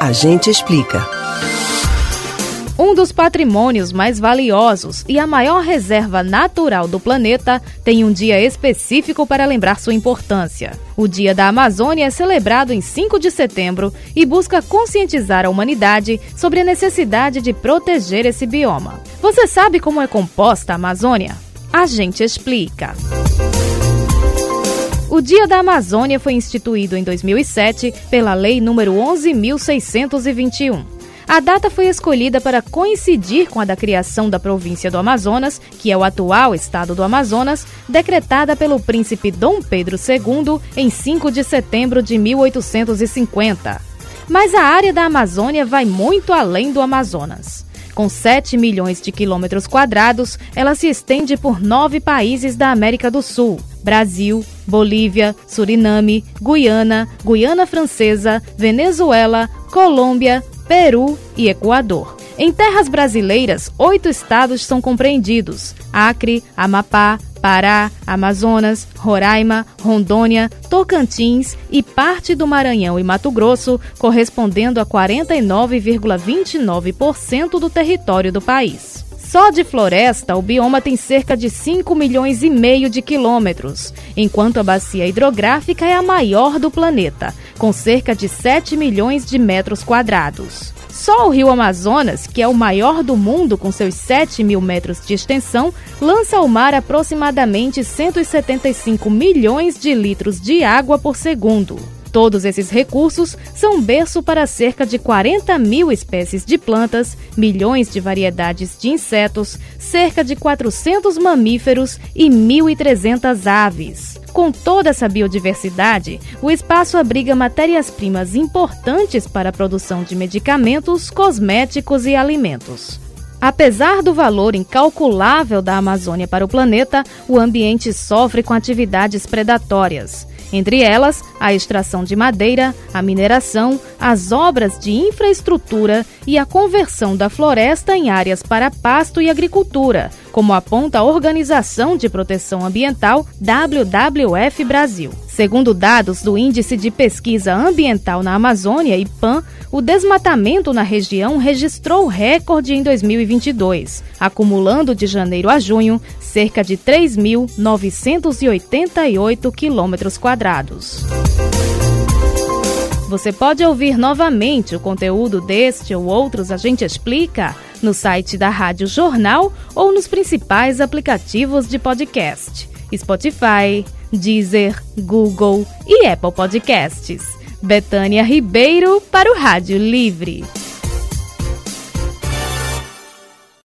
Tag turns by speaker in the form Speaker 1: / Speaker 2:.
Speaker 1: A gente explica.
Speaker 2: Um dos patrimônios mais valiosos e a maior reserva natural do planeta tem um dia específico para lembrar sua importância. O Dia da Amazônia é celebrado em 5 de setembro e busca conscientizar a humanidade sobre a necessidade de proteger esse bioma. Você sabe como é composta a Amazônia? A gente explica. O Dia da Amazônia foi instituído em 2007 pela Lei nº 11.621. A data foi escolhida para coincidir com a da criação da província do Amazonas, que é o atual estado do Amazonas, decretada pelo príncipe Dom Pedro II em 5 de setembro de 1850. Mas a área da Amazônia vai muito além do Amazonas. Com 7 milhões de quilômetros quadrados, ela se estende por 9 países da América do Sul: Brasil, Bolívia, Suriname, Guiana, Guiana Francesa, Venezuela, Colômbia, Peru e Equador. Em terras brasileiras, 8 estados são compreendidos: Acre, Amapá, Pará, Amazonas, Roraima, Rondônia, Tocantins e parte do Maranhão e Mato Grosso, correspondendo a 49,29% do território do país. Só de floresta, o bioma tem cerca de 5 milhões e meio de quilômetros, enquanto a bacia hidrográfica é a maior do planeta, com cerca de 7 milhões de metros quadrados. Só o rio Amazonas, que é o maior do mundo com seus 7 mil metros de extensão, lança ao mar aproximadamente 175 milhões de litros de água por segundo. Todos esses recursos são berço para cerca de 40 mil espécies de plantas, milhões de variedades de insetos, cerca de 400 mamíferos e 1.300 aves. Com toda essa biodiversidade, o espaço abriga matérias-primas importantes para a produção de medicamentos, cosméticos e alimentos. Apesar do valor incalculável da Amazônia para o planeta, o ambiente sofre com atividades predatórias. Entre elas, a extração de madeira, a mineração, as obras de infraestrutura e a conversão da floresta em áreas para pasto e agricultura, como aponta a Organização de Proteção Ambiental WWF Brasil. Segundo dados do Índice de Pesquisa Ambiental na Amazônia, IPAM, o desmatamento na região registrou recorde em 2022, acumulando de janeiro a junho cerca de 3.988 quilômetros quadrados. Você pode ouvir novamente o conteúdo deste ou outros A Gente Explica no site da Rádio Jornal ou nos principais aplicativos de podcast: Spotify, Deezer, Google e Apple Podcasts. Betânia Ribeiro para o Rádio Livre.